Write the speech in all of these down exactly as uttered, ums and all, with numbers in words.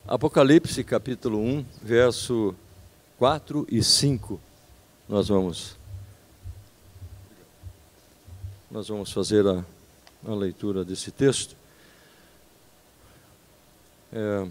Apocalipse capítulo um, verso quatro e cinco, nós vamos, nós vamos fazer a, a leitura desse texto. É,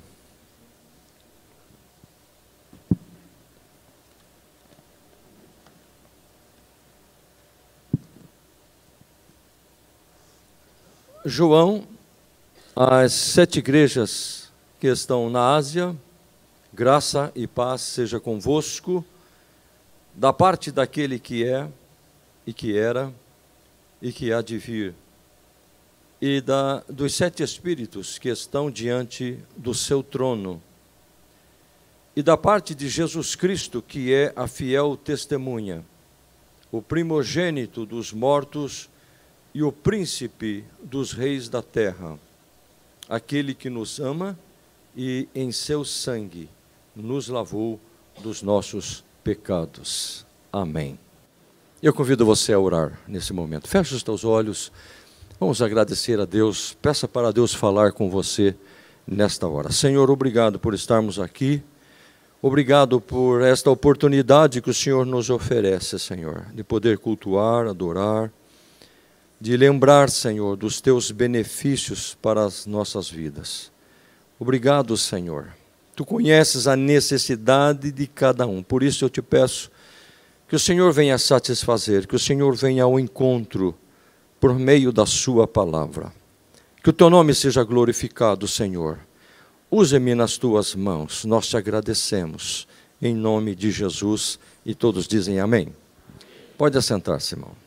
João, as sete igrejas que estão na Ásia, graça e paz seja convosco, da parte daquele que é, e que era, e que há de vir, e da, dos sete Espíritos que estão diante do seu trono, e da parte de Jesus Cristo, que é a fiel testemunha, o primogênito dos mortos e o príncipe dos reis da terra, aquele que nos ama e em seu sangue nos lavou dos nossos pecados. Amém. Eu convido você a orar nesse momento. Feche os teus olhos, vamos agradecer a Deus, peça para Deus falar com você nesta hora. Senhor, obrigado por estarmos aqui, obrigado por esta oportunidade que o Senhor nos oferece, Senhor, de poder cultuar, adorar, de lembrar, Senhor, dos teus benefícios para as nossas vidas. Obrigado, Senhor. Tu conheces a necessidade de cada um, por isso eu te peço que o Senhor venha satisfazer, que o Senhor venha ao encontro por meio da sua palavra. Que o teu nome seja glorificado, Senhor. Use-me nas tuas mãos, nós te agradecemos, em nome de Jesus, e todos dizem amém. Pode assentar-se, irmão.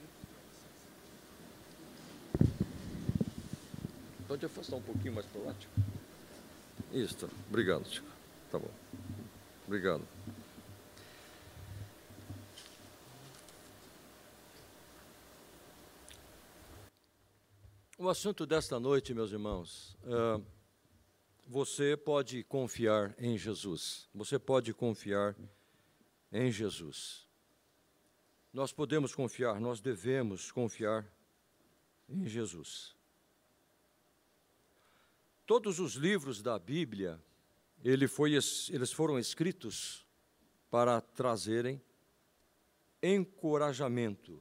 Pode afastar um pouquinho mais para o lado. Isso, obrigado, Chico. Tá bom. Obrigado. O assunto desta noite, meus irmãos, é, você pode confiar em Jesus. Você pode confiar em Jesus. Nós podemos confiar, nós devemos confiar em Jesus. Todos os livros da Bíblia, ele foi, eles foram escritos para trazerem encorajamento.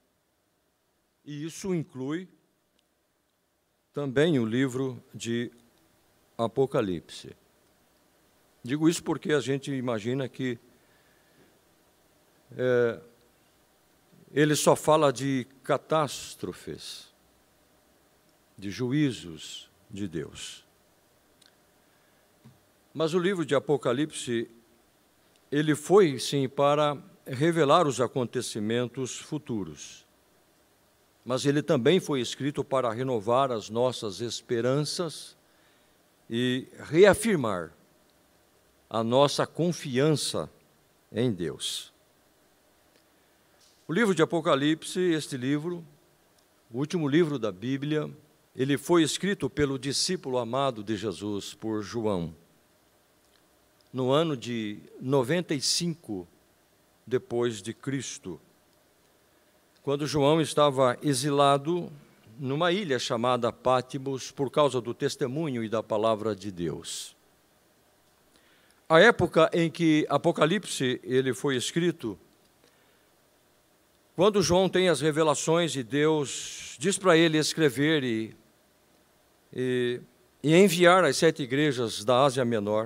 E isso inclui também o livro de Apocalipse. Digo isso porque a gente imagina que é, ele só fala de catástrofes, de juízos de Deus. Mas o livro de Apocalipse, ele foi, sim, para revelar os acontecimentos futuros. Mas ele também foi escrito para renovar as nossas esperanças e reafirmar a nossa confiança em Deus. O livro de Apocalipse, este livro, o último livro da Bíblia, ele foi escrito pelo discípulo amado de Jesus, por João, no ano de noventa e cinco depois de Cristo, quando João estava exilado numa ilha chamada Pátimos por causa do testemunho e da palavra de Deus. A época em que Apocalipse ele foi escrito, quando João tem as revelações e Deus diz para ele escrever e E, e enviar as sete igrejas da Ásia Menor,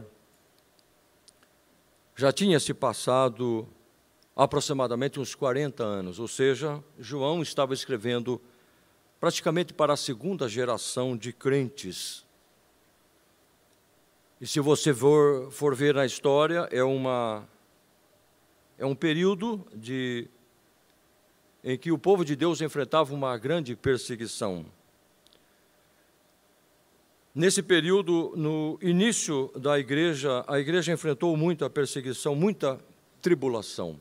já tinha se passado aproximadamente uns quarenta anos, ou seja, João estava escrevendo praticamente para a segunda geração de crentes. E se você for, for ver na história, é, uma, é um período de, em que o povo de Deus enfrentava uma grande perseguição. Nesse período, no início da igreja, a igreja enfrentou muita perseguição, muita tribulação.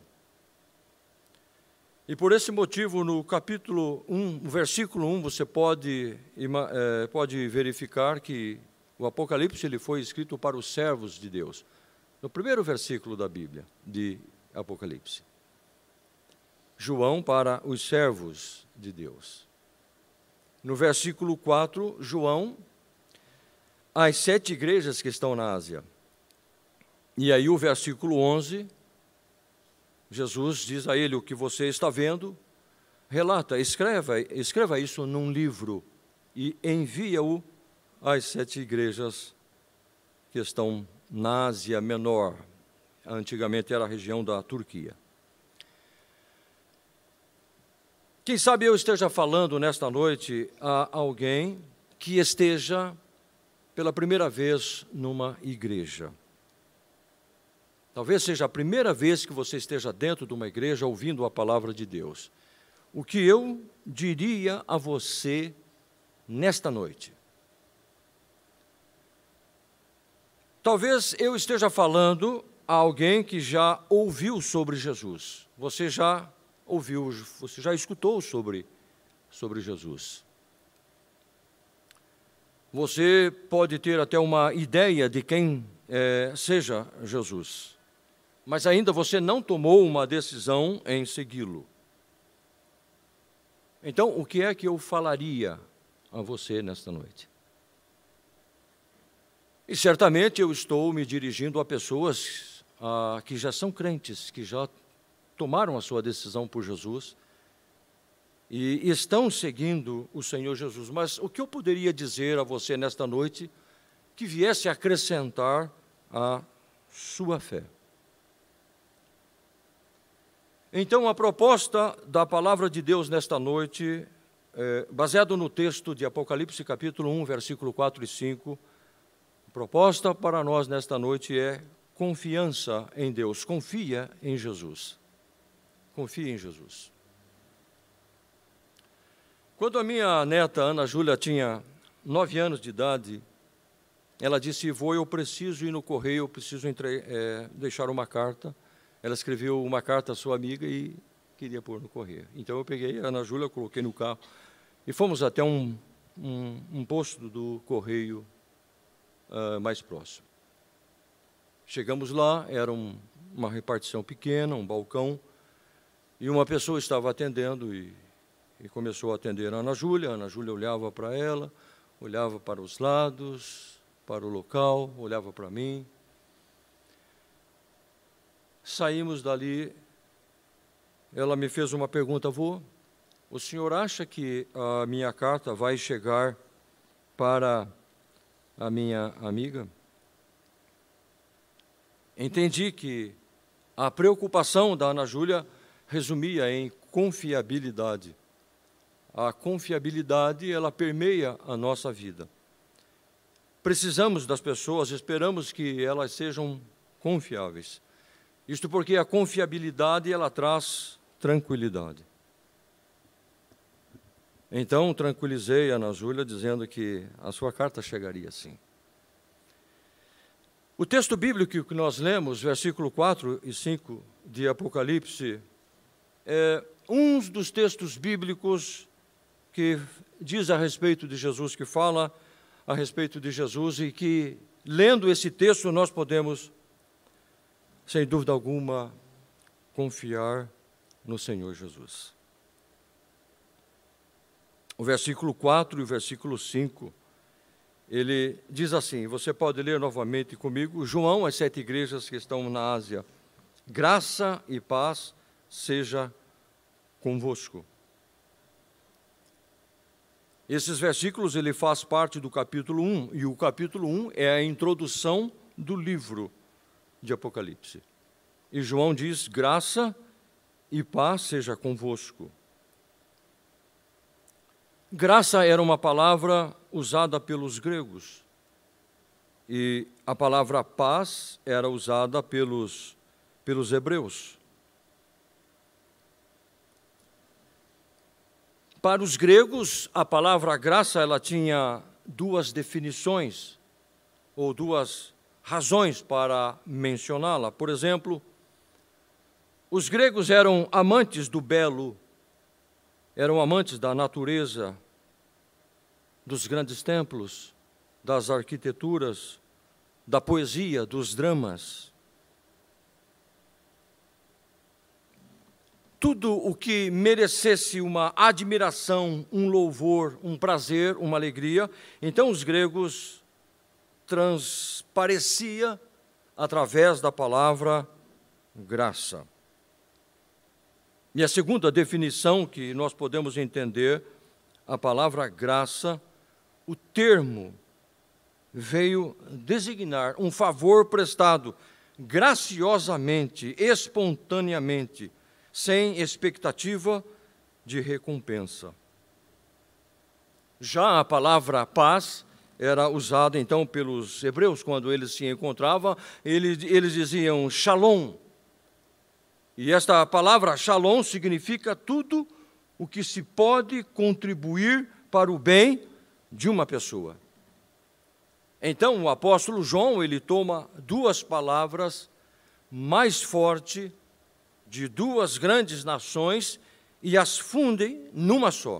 E por esse motivo, no capítulo um, versículo um, você pode, é, pode verificar que o Apocalipse ele foi escrito para os servos de Deus. No primeiro versículo da Bíblia, de Apocalipse. João para os servos de Deus. No versículo quatro, João, as sete igrejas que estão na Ásia. E aí o versículo onze, Jesus diz a ele: o que você está vendo, relata, escreva, escreva isso num livro e envia-o às sete igrejas que estão na Ásia Menor. Antigamente era a região da Turquia. Quem sabe eu esteja falando nesta noite a alguém que esteja pela primeira vez numa igreja. Talvez seja a primeira vez que você esteja dentro de uma igreja ouvindo a palavra de Deus. O que eu diria a você nesta noite? Talvez eu esteja falando a alguém que já ouviu sobre Jesus. Você já ouviu, você já escutou sobre, sobre Jesus. Você pode ter até uma ideia de quem é, seja Jesus, mas ainda você não tomou uma decisão em segui-lo. Então, o que é que eu falaria a você nesta noite? E certamente eu estou me dirigindo a pessoas ah, que já são crentes, que já tomaram a sua decisão por Jesus e estão seguindo o Senhor Jesus. Mas o que eu poderia dizer a você nesta noite que viesse a acrescentar a sua fé? Então, a proposta da palavra de Deus nesta noite, é, baseado no texto de Apocalipse, capítulo um, versículo quatro e cinco, a proposta para nós nesta noite é confiança em Deus, confia em Jesus. Confie em Jesus. Quando a minha neta, Ana Júlia, tinha nove anos de idade, ela disse: vô, eu preciso ir no correio, eu preciso entre, é, deixar uma carta. Ela escreveu uma carta à sua amiga e queria pôr no correio. Então eu peguei a Ana Júlia, coloquei no carro e fomos até um, um, um posto do correio uh, mais próximo. Chegamos lá, era um, uma repartição pequena, um balcão, e uma pessoa estava atendendo e, e começou a atender a Ana Júlia. A Ana Júlia olhava para ela, olhava para os lados, para o local, olhava para mim. Saímos dali, ela me fez uma pergunta: vô, o senhor acha que a minha carta vai chegar para a minha amiga? Entendi que a preocupação da Ana Júlia resumia em confiabilidade. A confiabilidade, ela permeia a nossa vida. Precisamos das pessoas, esperamos que elas sejam confiáveis. Isto porque a confiabilidade, ela traz tranquilidade. Então, tranquilizei a Ana Júlia, dizendo que a sua carta chegaria sim. O texto bíblico que nós lemos, versículo quatro e cinco de Apocalipse, é um dos textos bíblicos que diz a respeito de Jesus, que fala a respeito de Jesus, e que, lendo esse texto, nós podemos, sem dúvida alguma, confiar no Senhor Jesus. O versículo quatro e o versículo cinco, ele diz assim, você pode ler novamente comigo: João, as sete igrejas que estão na Ásia, graça e paz seja convosco. Esses versículos, ele faz parte do capítulo um, e o capítulo um é a introdução do livro de Apocalipse. E João diz: graça e paz seja convosco. Graça era uma palavra usada pelos gregos, e a palavra paz era usada pelos, pelos hebreus. Para os gregos, a palavra graça, ela tinha duas definições, ou duas razões para mencioná-la. Por exemplo, os gregos eram amantes do belo, eram amantes da natureza, dos grandes templos, das arquiteturas, da poesia, dos dramas. Tudo o que merecesse uma admiração, um louvor, um prazer, uma alegria. Então os gregos transparecia através da palavra graça. E a segunda definição que nós podemos entender, a palavra graça, o termo veio designar um favor prestado graciosamente, espontaneamente, sem expectativa de recompensa. Já a palavra paz era usada então pelos hebreus, quando eles se encontravam, eles, eles diziam shalom. E esta palavra shalom significa tudo o que se pode contribuir para o bem de uma pessoa. Então, o apóstolo João, ele toma duas palavras mais fortes de duas grandes nações e as funde numa só.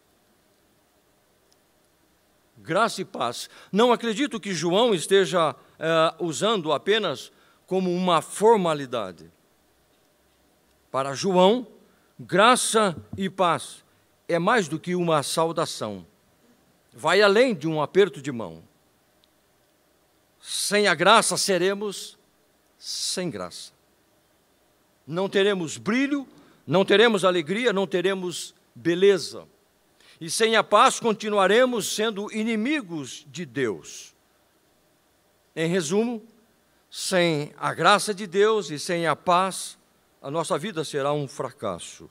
Graça e paz. Não acredito que João esteja eh, usando apenas como uma formalidade. Para João, graça e paz é mais do que uma saudação. Vai além de um aperto de mão. Sem a graça seremos sem graça. Não teremos brilho, não teremos alegria, não teremos beleza. E sem a paz continuaremos sendo inimigos de Deus. Em resumo, sem a graça de Deus e sem a paz, a nossa vida será um fracasso.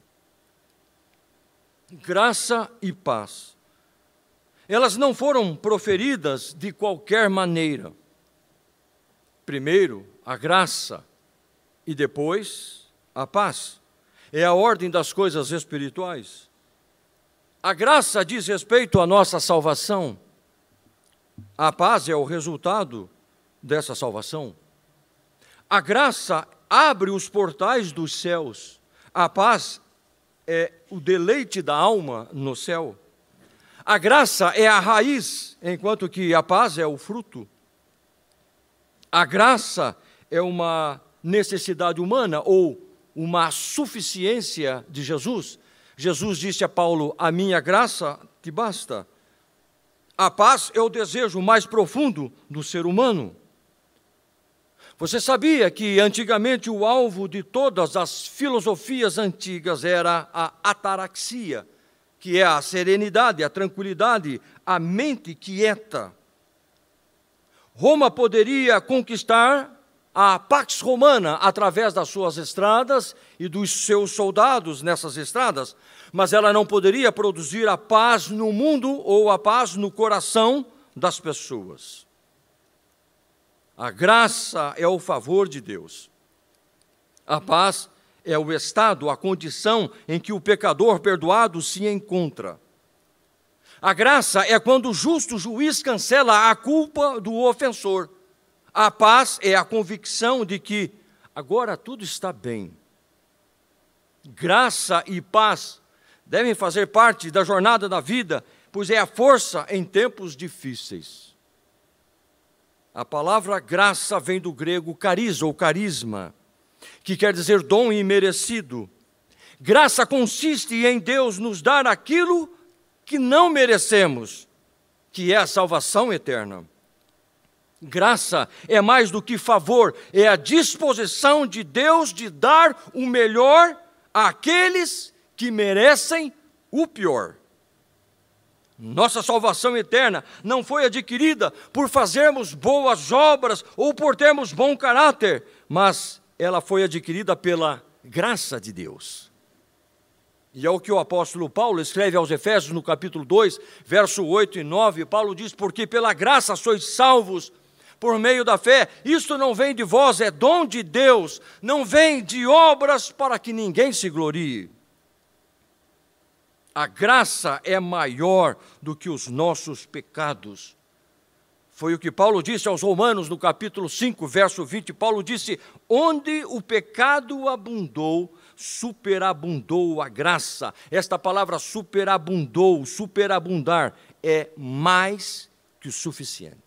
Graça e paz. Elas não foram proferidas de qualquer maneira. Primeiro, a graça e depois a paz. É a ordem das coisas espirituais. A graça diz respeito à nossa salvação. A paz é o resultado dessa salvação. A graça abre os portais dos céus. A paz é o deleite da alma no céu. A graça é a raiz, enquanto que a paz é o fruto. A graça é uma necessidade humana ou uma suficiência de Jesus. Jesus disse a Paulo, a minha graça te basta. A paz é o desejo mais profundo do ser humano. Você sabia que antigamente o alvo de todas as filosofias antigas era a ataraxia, que é a serenidade, a tranquilidade, a mente quieta. Roma poderia conquistar a Pax Romana através das suas estradas e dos seus soldados nessas estradas, mas ela não poderia produzir a paz no mundo ou a paz no coração das pessoas. A graça é o favor de Deus. A paz é o estado, a condição em que o pecador perdoado se encontra. A graça é quando o justo juiz cancela a culpa do ofensor. A paz é a convicção de que agora tudo está bem. Graça e paz devem fazer parte da jornada da vida, pois é a força em tempos difíceis. A palavra graça vem do grego cariz ou carisma, que quer dizer dom imerecido. Graça consiste em Deus nos dar aquilo que não merecemos, que é a salvação eterna. Graça é mais do que favor, é a disposição de Deus de dar o melhor àqueles que merecem o pior. Nossa salvação eterna não foi adquirida por fazermos boas obras ou por termos bom caráter, mas ela foi adquirida pela graça de Deus. E é o que o apóstolo Paulo escreve aos Efésios no capítulo dois, verso oito e nove. Paulo diz, porque pela graça sois salvos por meio da fé. Isto não vem de vós, é dom de Deus, não vem de obras para que ninguém se glorie. A graça é maior do que os nossos pecados. Foi o que Paulo disse aos Romanos no capítulo cinco, verso vinte. Paulo disse, onde o pecado abundou, superabundou a graça. Esta palavra superabundou, superabundar, é mais que o suficiente.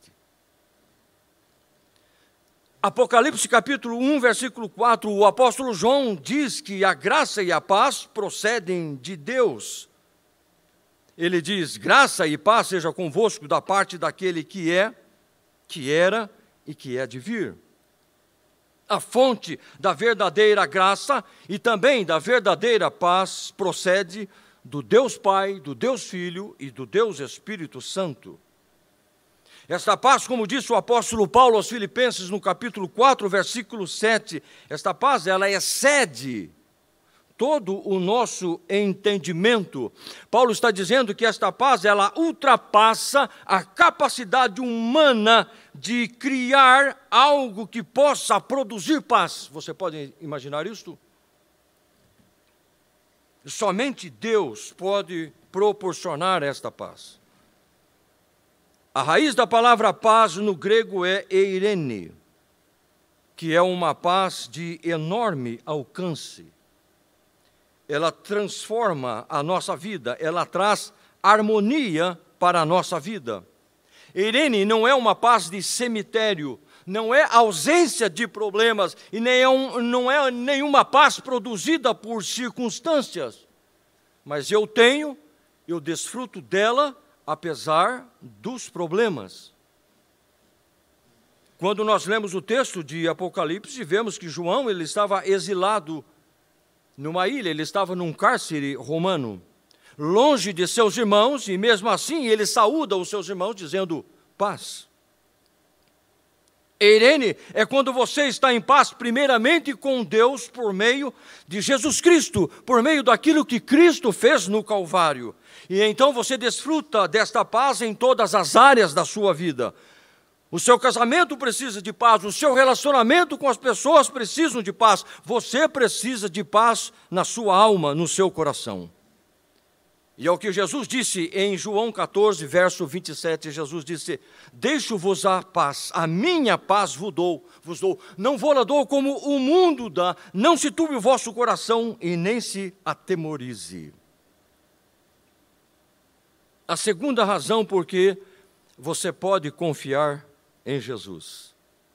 Apocalipse capítulo um, versículo quatro, o apóstolo João diz que a graça e a paz procedem de Deus. Ele diz, graça e paz seja convosco da parte daquele que é, que era e que é de vir. A fonte da verdadeira graça e também da verdadeira paz procede do Deus Pai, do Deus Filho e do Deus Espírito Santo. Esta paz, como disse o apóstolo Paulo aos Filipenses no capítulo quatro, versículo sete, esta paz, ela excede todo o nosso entendimento. Paulo está dizendo que esta paz, ela ultrapassa a capacidade humana de criar algo que possa produzir paz. Você pode imaginar isso? Somente Deus pode proporcionar esta paz. A raiz da palavra paz no grego é eirene, que é uma paz de enorme alcance. Ela transforma a nossa vida, ela traz harmonia para a nossa vida. Eirene não é uma paz de cemitério, não é ausência de problemas e nem é um, não é nenhuma paz produzida por circunstâncias. Mas eu tenho, eu desfruto dela apesar dos problemas. Quando nós lemos o texto de Apocalipse, vemos que João ele estava exilado numa ilha, ele estava num cárcere romano, longe de seus irmãos, e mesmo assim ele saúda os seus irmãos dizendo paz. Eirene é quando você está em paz primeiramente com Deus por meio de Jesus Cristo, por meio daquilo que Cristo fez no Calvário. E então você desfruta desta paz em todas as áreas da sua vida. O seu casamento precisa de paz, o seu relacionamento com as pessoas precisam de paz, você precisa de paz na sua alma, no seu coração. E é o que Jesus disse em João catorze, verso vinte e sete, Jesus disse, deixo-vos a paz, a minha paz vos dou, vos dou, não vou lá dou como o mundo dá, não se turbe o vosso coração e nem se atemorize. A segunda razão por que você pode confiar em Jesus.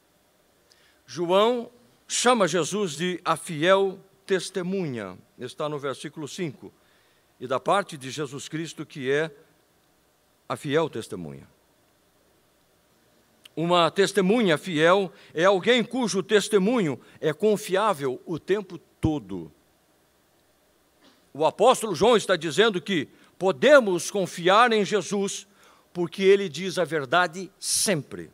João chama Jesus de a fiel testemunha, está no versículo cinco, e da parte de Jesus Cristo que é a fiel testemunha. Uma testemunha fiel é alguém cujo testemunho é confiável o tempo todo. O apóstolo João está dizendo que podemos confiar em Jesus porque ele diz a verdade sempre.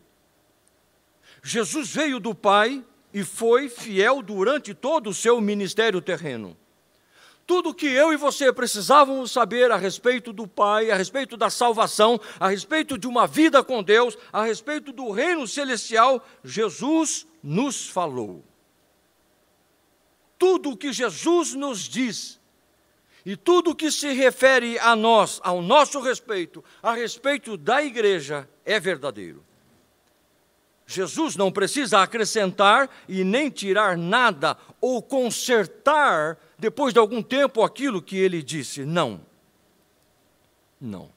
Jesus veio do Pai e foi fiel durante todo o seu ministério terreno. Tudo que eu e você precisávamos saber a respeito do Pai, a respeito da salvação, a respeito de uma vida com Deus, a respeito do reino celestial, Jesus nos falou. Tudo o que Jesus nos diz, e tudo o que se refere a nós, ao nosso respeito, a respeito da igreja, é verdadeiro. Jesus não precisa acrescentar e nem tirar nada ou consertar depois de algum tempo aquilo que ele disse. Não. Não.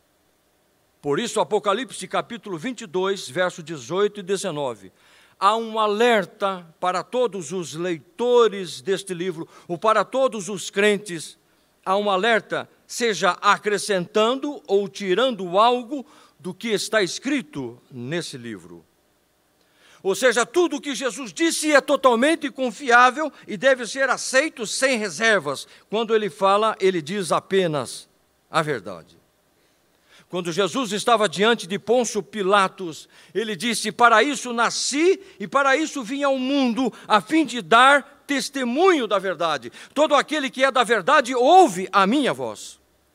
Por isso, Apocalipse capítulo vinte e dois, verso dezoito e dezenove. Há um alerta para todos os leitores deste livro, ou para todos os crentes. Há um alerta, seja acrescentando ou tirando algo do que está escrito nesse livro. Ou seja, tudo o que Jesus disse é totalmente confiável e deve ser aceito sem reservas. Quando ele fala, ele diz apenas a verdade. Quando Jesus estava diante de Pôncio Pilatos, ele disse, para isso nasci e para isso vim ao mundo, a fim de dar testemunho da verdade. Todo aquele que é da verdade ouve a minha voz.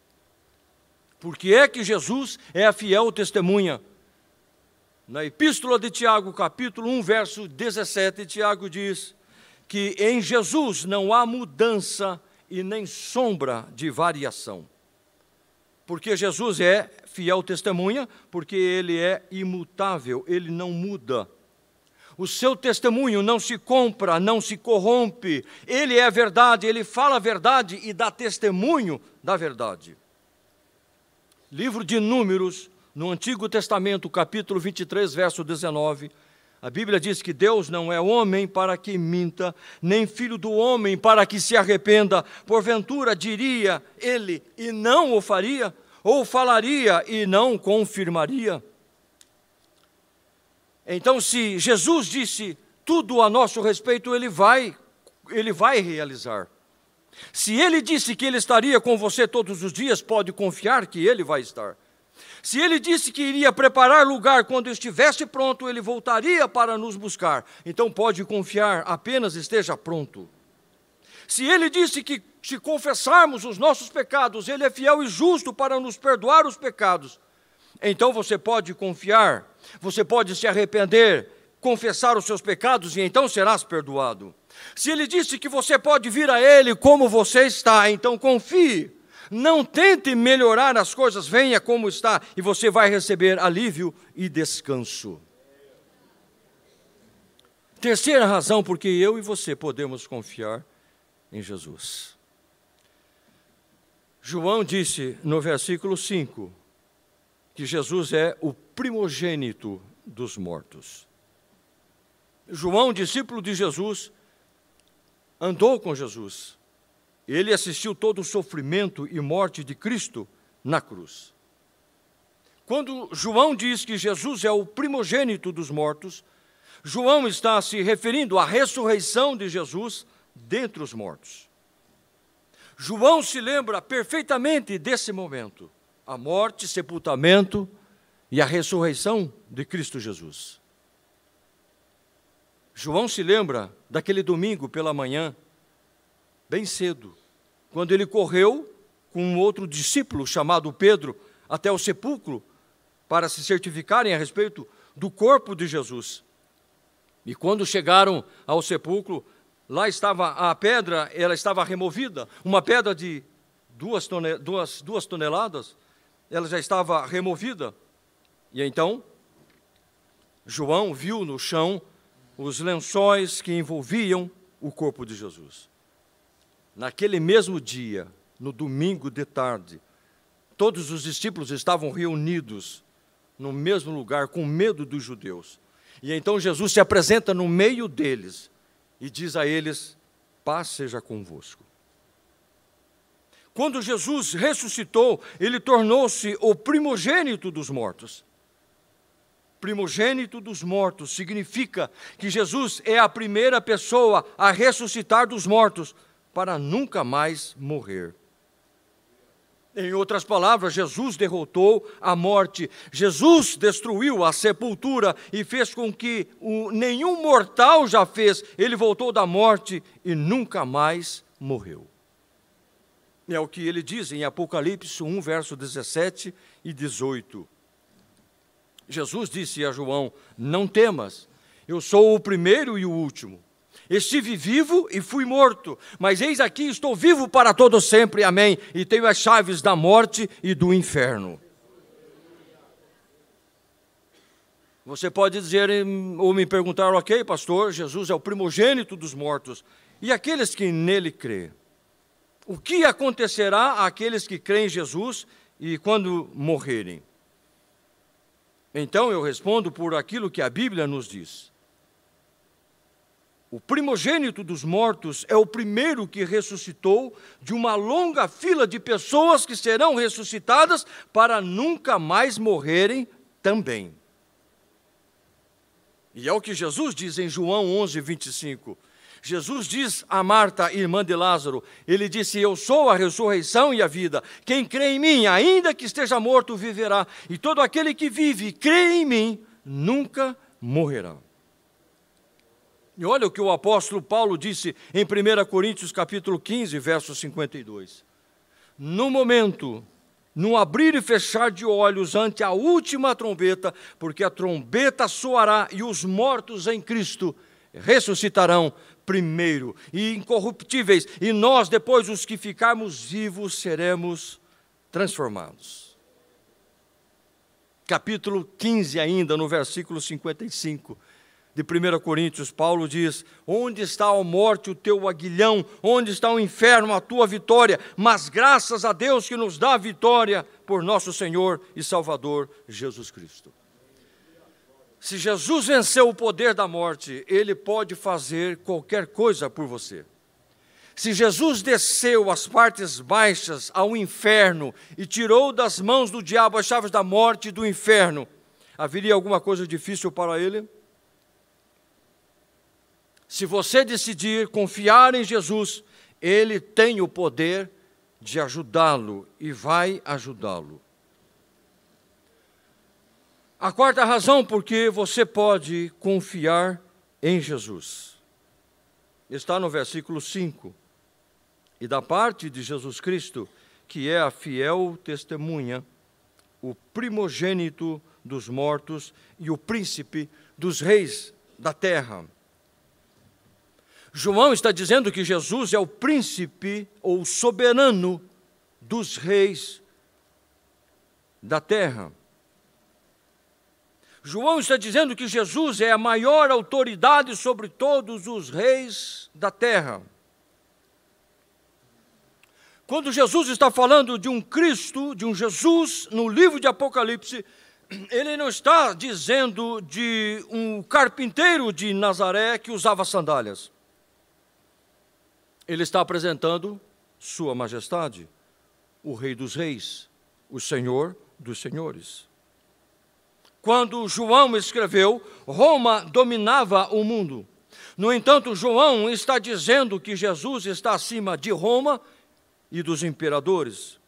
Porque é que Jesus é a fiel testemunha. Na Epístola de Tiago, capítulo um, verso dezessete, Tiago diz que em Jesus não há mudança e nem sombra de variação. Porque Jesus é fiel testemunha, porque ele é imutável, ele não muda. O seu testemunho não se compra, não se corrompe. Ele é a verdade, ele fala a verdade e dá testemunho da verdade. Livro de Números, no Antigo Testamento, capítulo vinte e três, verso dezenove, a Bíblia diz que Deus não é homem para que minta, nem filho do homem para que se arrependa. Porventura diria ele e não o faria, ou falaria e não confirmaria. Então, se Jesus disse tudo a nosso respeito Ele vai, Ele vai realizar. Se Ele disse que Ele estaria com você todos os dias, pode confiar que Ele vai estar. Se Ele disse que iria preparar lugar quando estivesse pronto, Ele voltaria para nos buscar. Então pode confiar, apenas esteja pronto. Se Ele disse que se confessarmos os nossos pecados, Ele é fiel e justo para nos perdoar os pecados, então você pode confiar, você pode se arrepender, confessar os seus pecados e então serás perdoado. Se Ele disse que você pode vir a Ele como você está, então confie. Não tente melhorar as coisas, venha como está e você vai receber alívio e descanso. Terceira razão porque eu e você podemos confiar em Jesus. João disse no versículo cinco que Jesus é o primogênito dos mortos. João, discípulo de Jesus, andou com Jesus. Ele assistiu todo o sofrimento e morte de Cristo na cruz. Quando João diz que Jesus é o primogênito dos mortos, João está se referindo à ressurreição de Jesus dentre os mortos. João se lembra perfeitamente desse momento, a morte, sepultamento e a ressurreição de Cristo Jesus. João se lembra daquele domingo pela manhã, bem cedo, quando ele correu com um outro discípulo chamado Pedro até o sepulcro para se certificarem a respeito do corpo de Jesus. E quando chegaram ao sepulcro, lá estava a pedra, ela estava removida, uma pedra de duas, tone, duas, duas toneladas, ela já estava removida. E então, João viu no chão os lençóis que envolviam o corpo de Jesus. Naquele mesmo dia, no domingo de tarde, todos os discípulos estavam reunidos no mesmo lugar, com medo dos judeus. E então Jesus se apresenta no meio deles e diz a eles: paz seja convosco. Quando Jesus ressuscitou, ele tornou-se o primogênito dos mortos. Primogênito dos mortos significa que Jesus é a primeira pessoa a ressuscitar dos mortos, para nunca mais morrer. Em outras palavras, Jesus derrotou a morte, Jesus destruiu a sepultura e fez com que o, nenhum mortal já fez. Ele voltou da morte e nunca mais morreu. É o que ele diz em Apocalipse um, verso dezessete e dezoito. Jesus disse a João: não temas, eu sou o primeiro e o último. Estive vivo e fui morto, mas eis aqui estou vivo para todo sempre, amém, e tenho as chaves da morte e do inferno. Você pode dizer ou me perguntar: ok, pastor, Jesus é o primogênito dos mortos, e aqueles que nele crêem? O que acontecerá àqueles que creem em Jesus e quando morrerem? Então eu respondo por aquilo que a Bíblia nos diz. O primogênito dos mortos é o primeiro que ressuscitou de uma longa fila de pessoas que serão ressuscitadas para nunca mais morrerem também. E é o que Jesus diz em João onze, vinte e cinco. Jesus diz a Marta, irmã de Lázaro, ele disse: eu sou a ressurreição e a vida. Quem crê em mim, ainda que esteja morto, viverá. E todo aquele que vive e crê em mim, nunca morrerá. E olha o que o apóstolo Paulo disse em primeira Coríntios capítulo quinze, verso cinquenta e dois. No momento, num abrir e fechar de olhos ante a última trombeta, porque a trombeta soará e os mortos em Cristo ressuscitarão primeiro, e incorruptíveis, e nós depois, os que ficarmos vivos, seremos transformados. Capítulo quinze ainda, no versículo cinquenta e cinco. De primeira Coríntios, Paulo diz: onde está a morte o teu aguilhão? Onde está o inferno a tua vitória? Mas graças a Deus que nos dá a vitória por nosso Senhor e Salvador Jesus Cristo. Se Jesus venceu o poder da morte, Ele pode fazer qualquer coisa por você. Se Jesus desceu às partes baixas, ao inferno, e tirou das mãos do diabo as chaves da morte e do inferno, haveria alguma coisa difícil para Ele? Se você decidir confiar em Jesus, Ele tem o poder de ajudá-lo e vai ajudá-lo. A quarta razão por que você pode confiar em Jesus está no versículo cinco. E da parte de Jesus Cristo, que é a fiel testemunha, o primogênito dos mortos e o príncipe dos reis da terra. João está dizendo que Jesus é o príncipe ou soberano dos reis da terra. João está dizendo que Jesus é a maior autoridade sobre todos os reis da terra. Quando Jesus está falando de um Cristo, de um Jesus, no livro de Apocalipse, ele não está dizendo de um carpinteiro de Nazaré que usava sandálias. Ele está apresentando Sua Majestade, o Rei dos Reis, o Senhor dos Senhores. Quando João escreveu, Roma dominava o mundo. No entanto, João está dizendo que Jesus está acima de Roma e dos imperadores.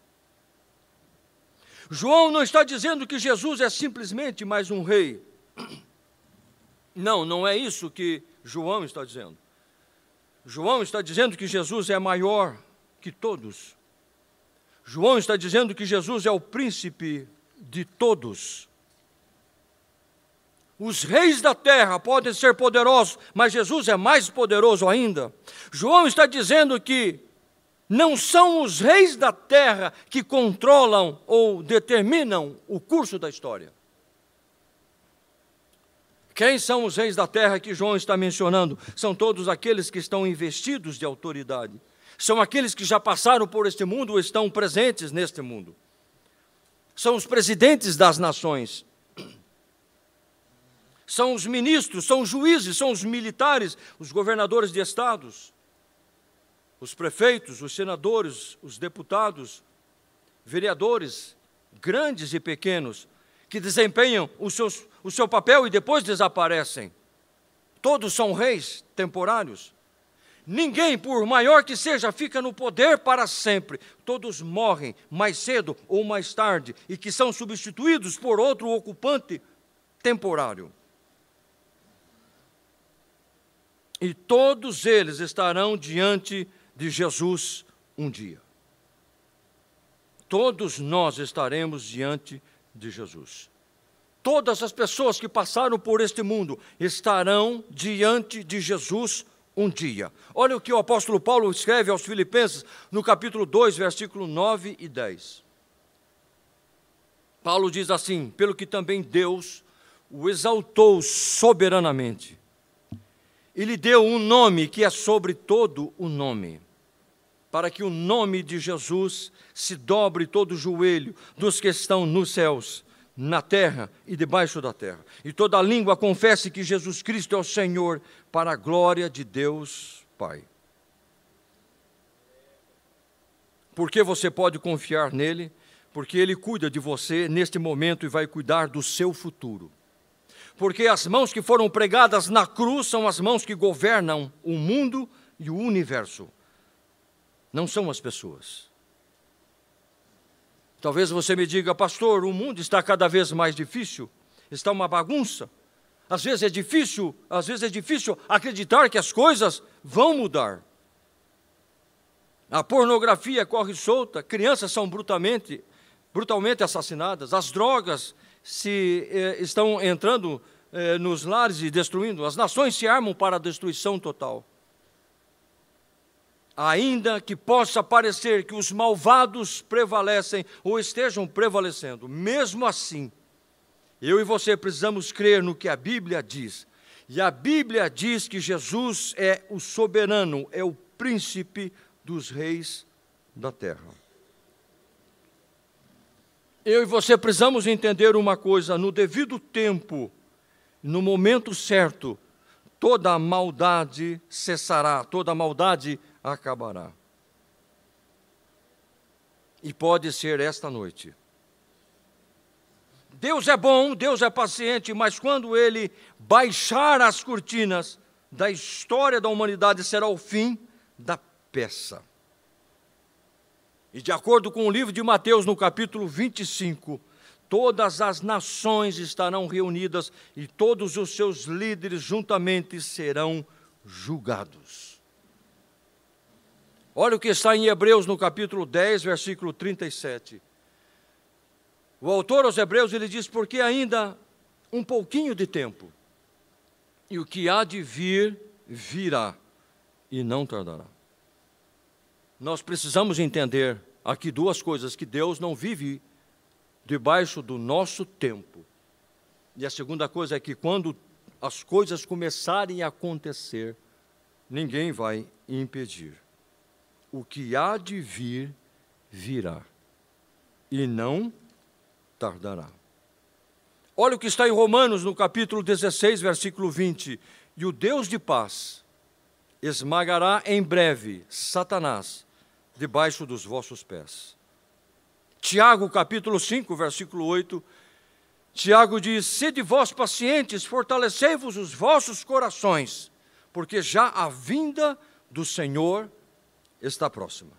João não está dizendo que Jesus é simplesmente mais um rei. Não, não é isso que João está dizendo. João está dizendo que Jesus é maior que todos. João está dizendo que Jesus é o príncipe de todos. Os reis da terra podem ser poderosos, mas Jesus é mais poderoso ainda. João está dizendo que não são os reis da terra que controlam ou determinam o curso da história. Quem são os reis da terra que João está mencionando? São todos aqueles que estão investidos de autoridade. São aqueles que já passaram por este mundo ou estão presentes neste mundo. São os presidentes das nações. São os ministros, são os juízes, são os militares, os governadores de estados, os prefeitos, os senadores, os deputados, vereadores, grandes e pequenos, que desempenham os seus, o seu papel e depois desaparecem. Todos são reis temporários. Ninguém, por maior que seja, fica no poder para sempre. Todos morrem mais cedo ou mais tarde e que são substituídos por outro ocupante temporário. E todos eles estarão diante de Jesus um dia. Todos nós estaremos diante de Jesus. Todas as pessoas que passaram por este mundo estarão diante de Jesus um dia. Olha o que o apóstolo Paulo escreve aos Filipenses no capítulo dois, versículo nove e dez. Paulo diz assim: pelo que também Deus o exaltou soberanamente, e lhe deu um nome que é sobre todo o nome, para que o nome de Jesus se dobre todo o joelho dos que estão nos céus, na terra e debaixo da terra, e toda língua confesse que Jesus Cristo é o Senhor, para a glória de Deus Pai. Porque você pode confiar nele? Porque ele cuida de você neste momento e vai cuidar do seu futuro. Porque as mãos que foram pregadas na cruz são as mãos que governam o mundo e o universo. Não são as pessoas. Talvez você me diga: pastor, o mundo está cada vez mais difícil, está uma bagunça. Às vezes é difícil, às vezes é difícil acreditar que as coisas vão mudar. A pornografia corre solta, crianças são brutalmente, brutalmente assassinadas, as drogas se eh, estão entrando eh, nos lares e destruindo, as nações se armam para a destruição total. Ainda que possa parecer que os malvados prevalecem ou estejam prevalecendo, mesmo assim, eu e você precisamos crer no que a Bíblia diz. E a Bíblia diz que Jesus é o soberano, é o príncipe dos reis da terra. Eu e você precisamos entender uma coisa: no devido tempo, no momento certo, toda a maldade cessará, toda a maldade acabará. E pode ser esta noite. Deus é bom, Deus é paciente, mas quando Ele baixar as cortinas, da história da humanidade será o fim da peça. E de acordo com o livro de Mateus, no capítulo vinte e cinco, todas as nações estarão reunidas e todos os seus líderes juntamente serão julgados. Olha o que está em Hebreus, no capítulo dez, versículo trinta e sete. O autor aos Hebreus, ele diz, porque ainda um pouquinho de tempo, e o que há de vir, virá, e não tardará. Nós precisamos entender aqui duas coisas, que Deus não vive debaixo do nosso tempo. E a segunda coisa é que quando as coisas começarem a acontecer, ninguém vai impedir. O que há de vir, virá, e não tardará. Olha o que está em Romanos, no capítulo dezesseis, versículo vinte. E o Deus de paz esmagará em breve Satanás debaixo dos vossos pés. Tiago, capítulo cinco, versículo oito. Tiago diz, sede vós pacientes, fortalecei-vos os vossos corações, porque já a vinda do Senhor está próxima.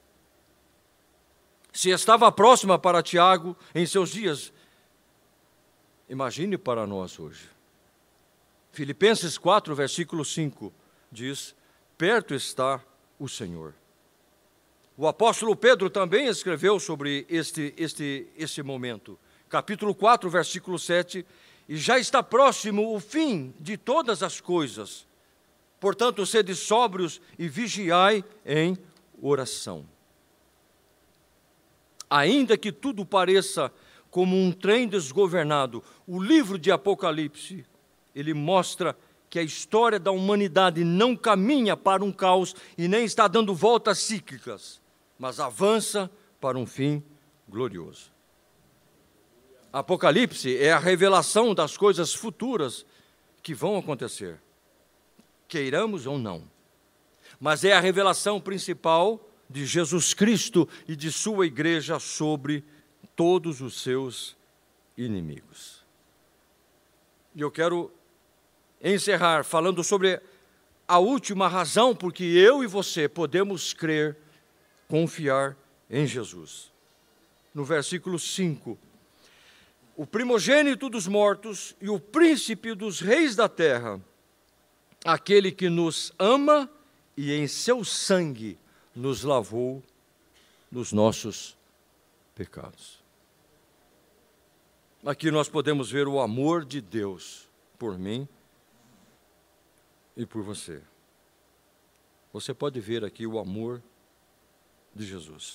Se estava próxima para Tiago em seus dias, imagine para nós hoje. Filipenses quatro, versículo cinco, diz, perto está o Senhor. O apóstolo Pedro também escreveu sobre este, este, este momento. Capítulo quatro, versículo sete, e já está próximo o fim de todas as coisas. Portanto, sede sóbrios e vigiai em oração. Ainda que tudo pareça como um trem desgovernado, o livro de Apocalipse, ele mostra que a história da humanidade não caminha para um caos e nem está dando voltas cíclicas, mas avança para um fim glorioso. Apocalipse é a revelação das coisas futuras que vão acontecer, queiramos ou não. Mas é a revelação principal de Jesus Cristo e de sua igreja sobre todos os seus inimigos. E eu quero encerrar falando sobre a última razão por que eu e você podemos crer, confiar em Jesus. No versículo cinco, o primogênito dos mortos e o príncipe dos reis da terra, aquele que nos ama e em seu sangue nos lavou dos nossos pecados. Aqui nós podemos ver o amor de Deus por mim e por você. Você pode ver aqui o amor de Jesus.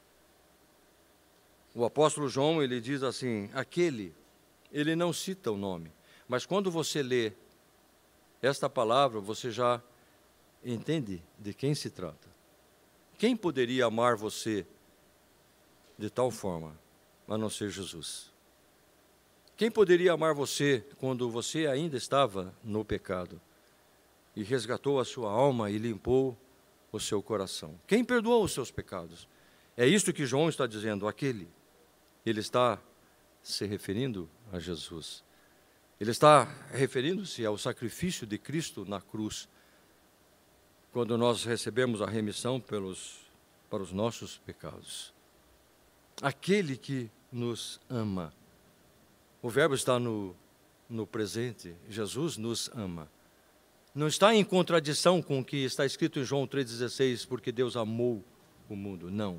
O apóstolo João, ele diz assim, aquele, ele não cita o nome, mas quando você lê esta palavra, você já entende de quem se trata. Quem poderia amar você de tal forma, a não ser Jesus? Quem poderia amar você quando você ainda estava no pecado e resgatou a sua alma e limpou o seu coração? Quem perdoou os seus pecados? É isto que João está dizendo, aquele. Ele está se referindo a Jesus. Ele está referindo-se ao sacrifício de Cristo na cruz, quando nós recebemos a remissão pelos, para os nossos pecados. Aquele que nos ama. O verbo está no, no presente. Jesus nos ama. Não está em contradição com o que está escrito em João três dezesseis, porque Deus amou o mundo. Não.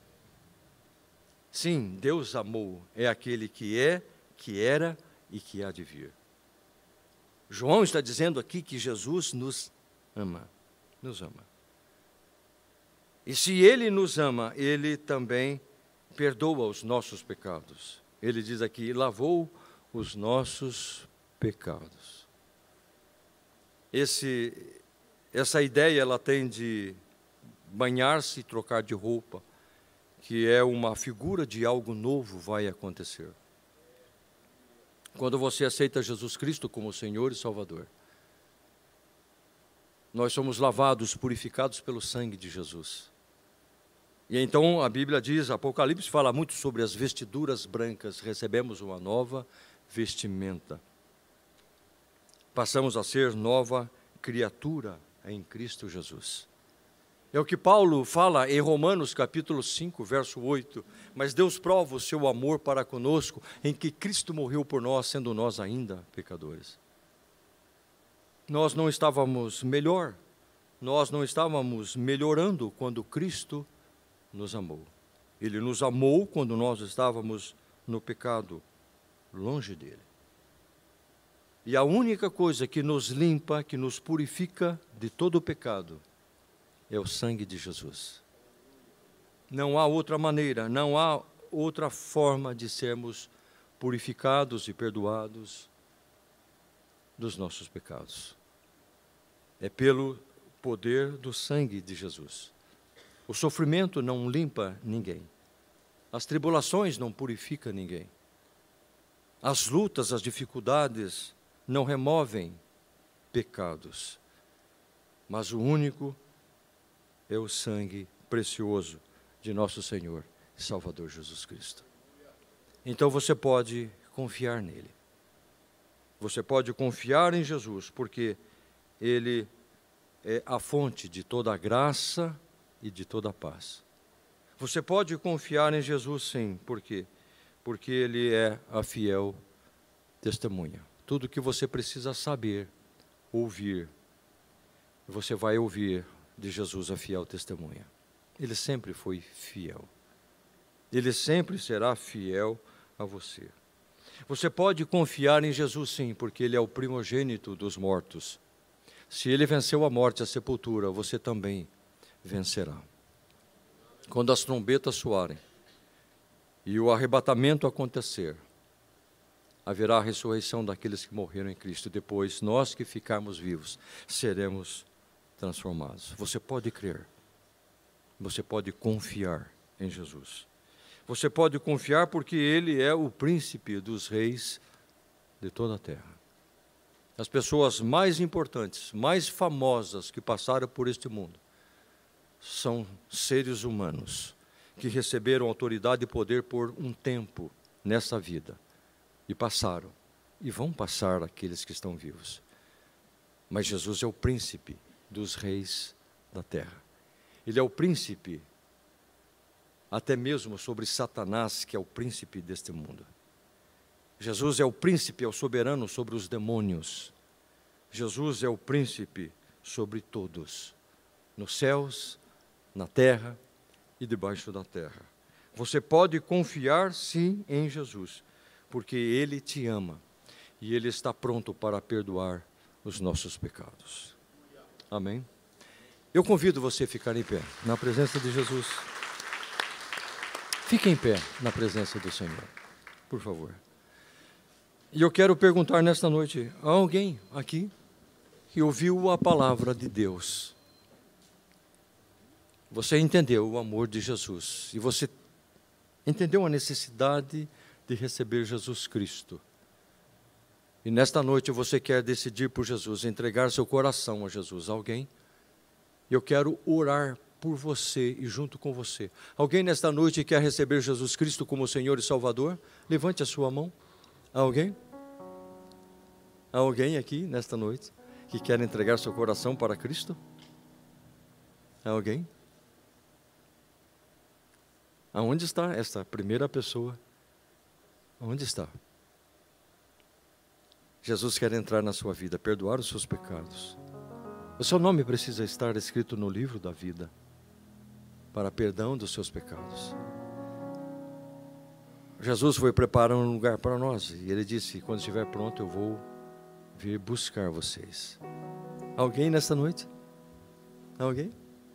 Sim, Deus amou. É aquele que é, que era e que há de vir. João está dizendo aqui que Jesus nos ama. Nos ama. E se Ele nos ama, Ele também perdoa os nossos pecados. Ele diz aqui, lavou os nossos pecados. Esse, essa ideia, ela tem de banhar-se e trocar de roupa, que é uma figura de algo novo vai acontecer. Quando você aceita Jesus Cristo como Senhor e Salvador, nós somos lavados, purificados pelo sangue de Jesus. E então a Bíblia diz, Apocalipse fala muito sobre as vestiduras brancas, recebemos uma nova vestimenta. Passamos a ser nova criatura em Cristo Jesus. É o que Paulo fala em Romanos capítulo cinco, verso oito. Mas Deus prova o seu amor para conosco, em que Cristo morreu por nós, sendo nós ainda pecadores. Nós não estávamos melhor, nós não estávamos melhorando quando Cristo nos amou. Ele nos amou quando nós estávamos no pecado, longe dele. E a única coisa que nos limpa, que nos purifica de todo o pecado, é o sangue de Jesus. Não há outra maneira, não há outra forma de sermos purificados e perdoados dos nossos pecados. É pelo poder do sangue de Jesus. O sofrimento não limpa ninguém. As tribulações não purificam ninguém. As lutas, as dificuldades não removem pecados. Mas o único é o sangue precioso de nosso Senhor e Salvador Jesus Cristo. Então você pode confiar nele. Você pode confiar em Jesus, porque ele é a fonte de toda a graça e de toda a paz. Você pode confiar em Jesus, sim, por quê? Porque ele é a fiel testemunha. Tudo que você precisa saber, ouvir, você vai ouvir de Jesus, a fiel testemunha. Ele sempre foi fiel. Ele sempre será fiel a você. Você pode confiar em Jesus, sim, porque ele é o primogênito dos mortos. Se ele venceu a morte e a sepultura, você também vencerá. Quando as trombetas soarem e o arrebatamento acontecer, haverá a ressurreição daqueles que morreram em Cristo. Depois, nós que ficarmos vivos, seremos transformados. Você pode crer. Você pode confiar em Jesus. Você pode confiar porque ele é o príncipe dos reis de toda a terra. As pessoas mais importantes, mais famosas que passaram por este mundo, são seres humanos que receberam autoridade e poder por um tempo nessa vida e passaram, e vão passar aqueles que estão vivos. Mas Jesus é o príncipe dos reis da terra. Ele é o príncipe até mesmo sobre Satanás, que é o príncipe deste mundo. Jesus é o príncipe, é o soberano sobre os demônios. Jesus é o príncipe sobre todos, nos céus, na terra e debaixo da terra. Você pode confiar, sim, em Jesus, porque ele te ama e ele está pronto para perdoar os nossos pecados. Amém? Eu convido você a ficar em pé, na presença de Jesus. Fique em pé na presença do Senhor, por favor. E eu quero perguntar nesta noite, há alguém aqui que ouviu a palavra de Deus? Você entendeu o amor de Jesus e você entendeu a necessidade de receber Jesus Cristo. E nesta noite você quer decidir por Jesus, entregar seu coração a Jesus. Alguém? Eu quero orar por você e junto com você. Alguém nesta noite quer receber Jesus Cristo como Senhor e Salvador? Levante a sua mão. Há alguém? Há alguém aqui nesta noite que quer entregar seu coração para Cristo? Há alguém? Aonde está esta primeira pessoa? Onde está? Jesus quer entrar na sua vida, perdoar os seus pecados. O seu nome precisa estar escrito no livro da vida, para perdão dos seus pecados. Jesus foi preparando um lugar para nós, e ele disse, quando estiver pronto eu vou vir buscar vocês. Alguém nesta noite? Alguém?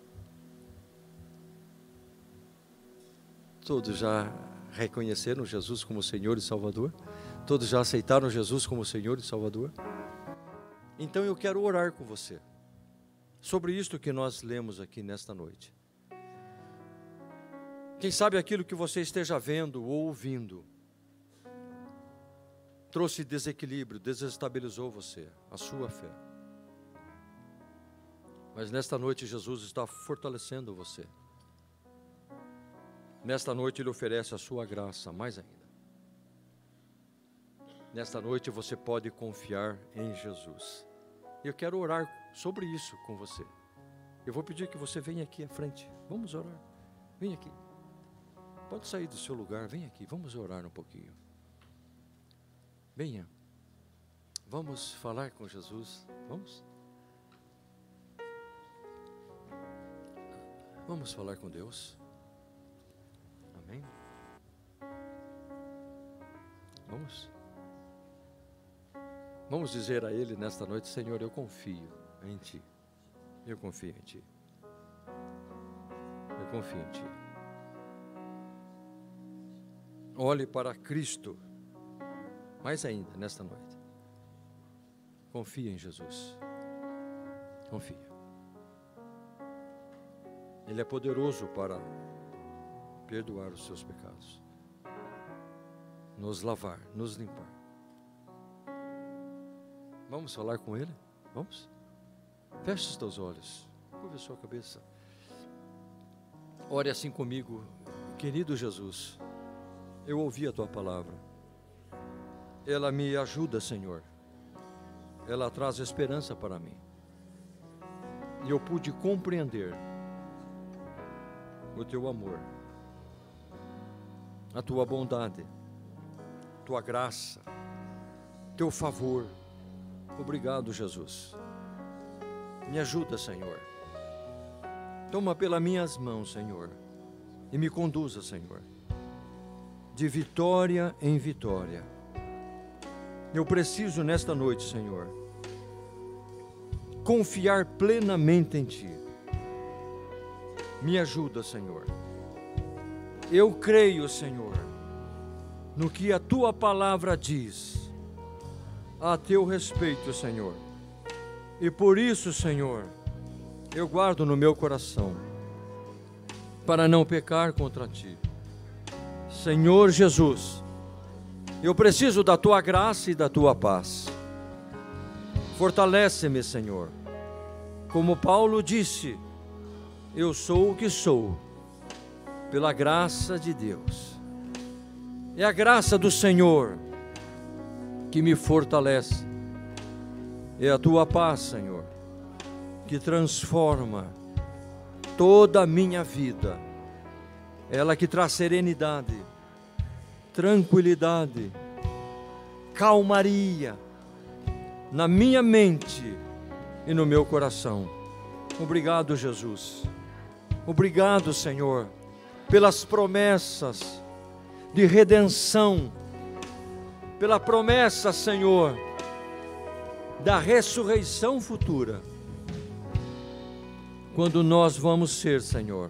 Todos já reconheceram Jesus como Senhor e Salvador? Todos já aceitaram Jesus como Senhor e Salvador? Então eu quero orar com você sobre isto que nós lemos aqui nesta noite. Quem sabe aquilo que você esteja vendo ou ouvindo trouxe desequilíbrio, desestabilizou você, a sua fé. Mas nesta noite Jesus está fortalecendo você. Nesta noite Ele oferece a sua graça, mais ainda. Nesta noite você pode confiar em Jesus. Eu quero orar sobre isso com você. Eu vou pedir que você venha aqui à frente. Vamos orar. Vem aqui. Pode sair do seu lugar, vem aqui. Vamos orar um pouquinho. Venha. Vamos falar com Jesus. Vamos? Vamos falar com Deus. Amém? Vamos? Vamos dizer a Ele nesta noite: Senhor, eu confio em Ti. Eu confio em Ti. Eu confio em Ti. Olhe para Cristo. Mais ainda, nesta noite. Confia em Jesus. Confia. Ele é poderoso para perdoar os seus pecados, nos lavar, nos limpar. Vamos falar com Ele? Vamos? Feche os teus olhos, curva a sua cabeça. Ore assim comigo. Querido Jesus, eu ouvi a Tua palavra. Ela me ajuda, Senhor. Ela traz esperança para mim. E eu pude compreender o Teu amor, a Tua bondade, Tua graça, Teu favor. Obrigado, Jesus. Me ajuda, Senhor. Toma pelas minhas mãos, Senhor, e me conduza, Senhor, de vitória em vitória. Eu preciso nesta noite, Senhor, confiar plenamente em Ti. Me ajuda, Senhor. Eu creio, Senhor, no que a Tua palavra diz a Teu respeito, Senhor. E por isso, Senhor, eu guardo no meu coração, para não pecar contra Ti. Senhor Jesus, eu preciso da Tua graça e da Tua paz. Fortalece-me, Senhor. Como Paulo disse, eu sou o que sou, pela graça de Deus. É a graça do Senhor que me fortalece. É a Tua paz, Senhor, que transforma toda a minha vida. Ela que traz serenidade, tranquilidade, calmaria na minha mente e no meu coração. Obrigado, Jesus. Obrigado, Senhor, pelas promessas de redenção, pela promessa, Senhor, da ressurreição futura, quando nós vamos ser, Senhor,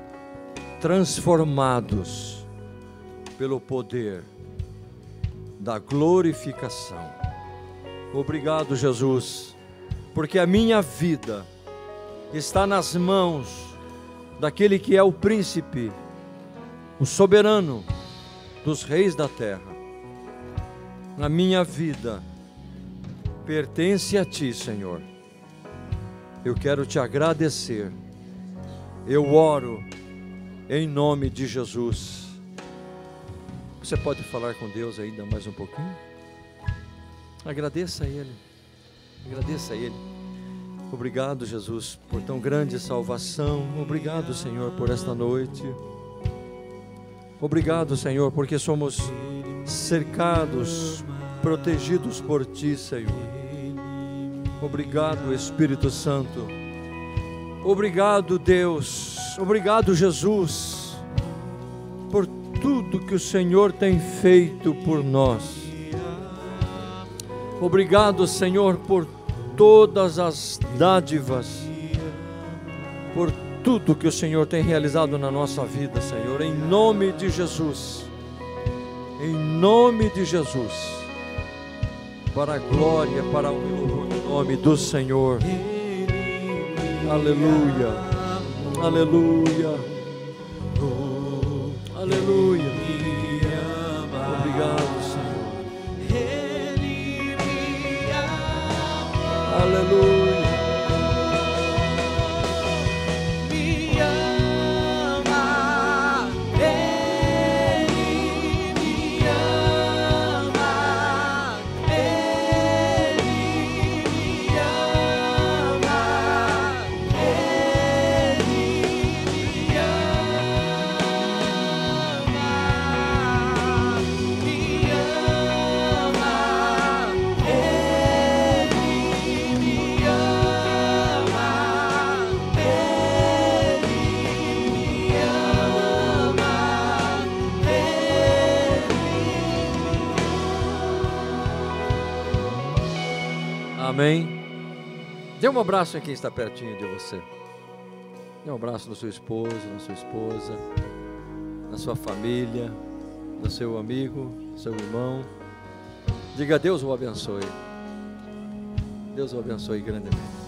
transformados pelo poder da glorificação. Obrigado, Jesus, porque a minha vida está nas mãos daquele que é o príncipe, o soberano dos reis da terra. A minha vida pertence a Ti, Senhor. Eu quero Te agradecer. Eu oro em nome de Jesus. Você pode falar com Deus ainda mais um pouquinho? Agradeça a Ele. Agradeça a Ele. Obrigado, Jesus, por tão grande salvação. Obrigado, Senhor, por esta noite. Obrigado, Senhor, porque somos cercados, protegidos por Ti, Senhor. Obrigado, Espírito Santo. Obrigado, Deus. Obrigado, Jesus, por tudo que o Senhor tem feito por nós. Obrigado, Senhor, por todas as dádivas, por tudo que o Senhor tem realizado na nossa vida, Senhor, em nome de Jesus, em nome de Jesus, para a glória, para o louvor do nome do Senhor. Aleluia, aleluia, aleluia. Obrigado, Senhor. Aleluia. Amém. Dê um abraço em quem está pertinho de você. Dê um abraço no seu esposo, na sua esposa, na sua família, no seu amigo, no seu irmão. Diga: Deus o abençoe. Deus o abençoe grandemente.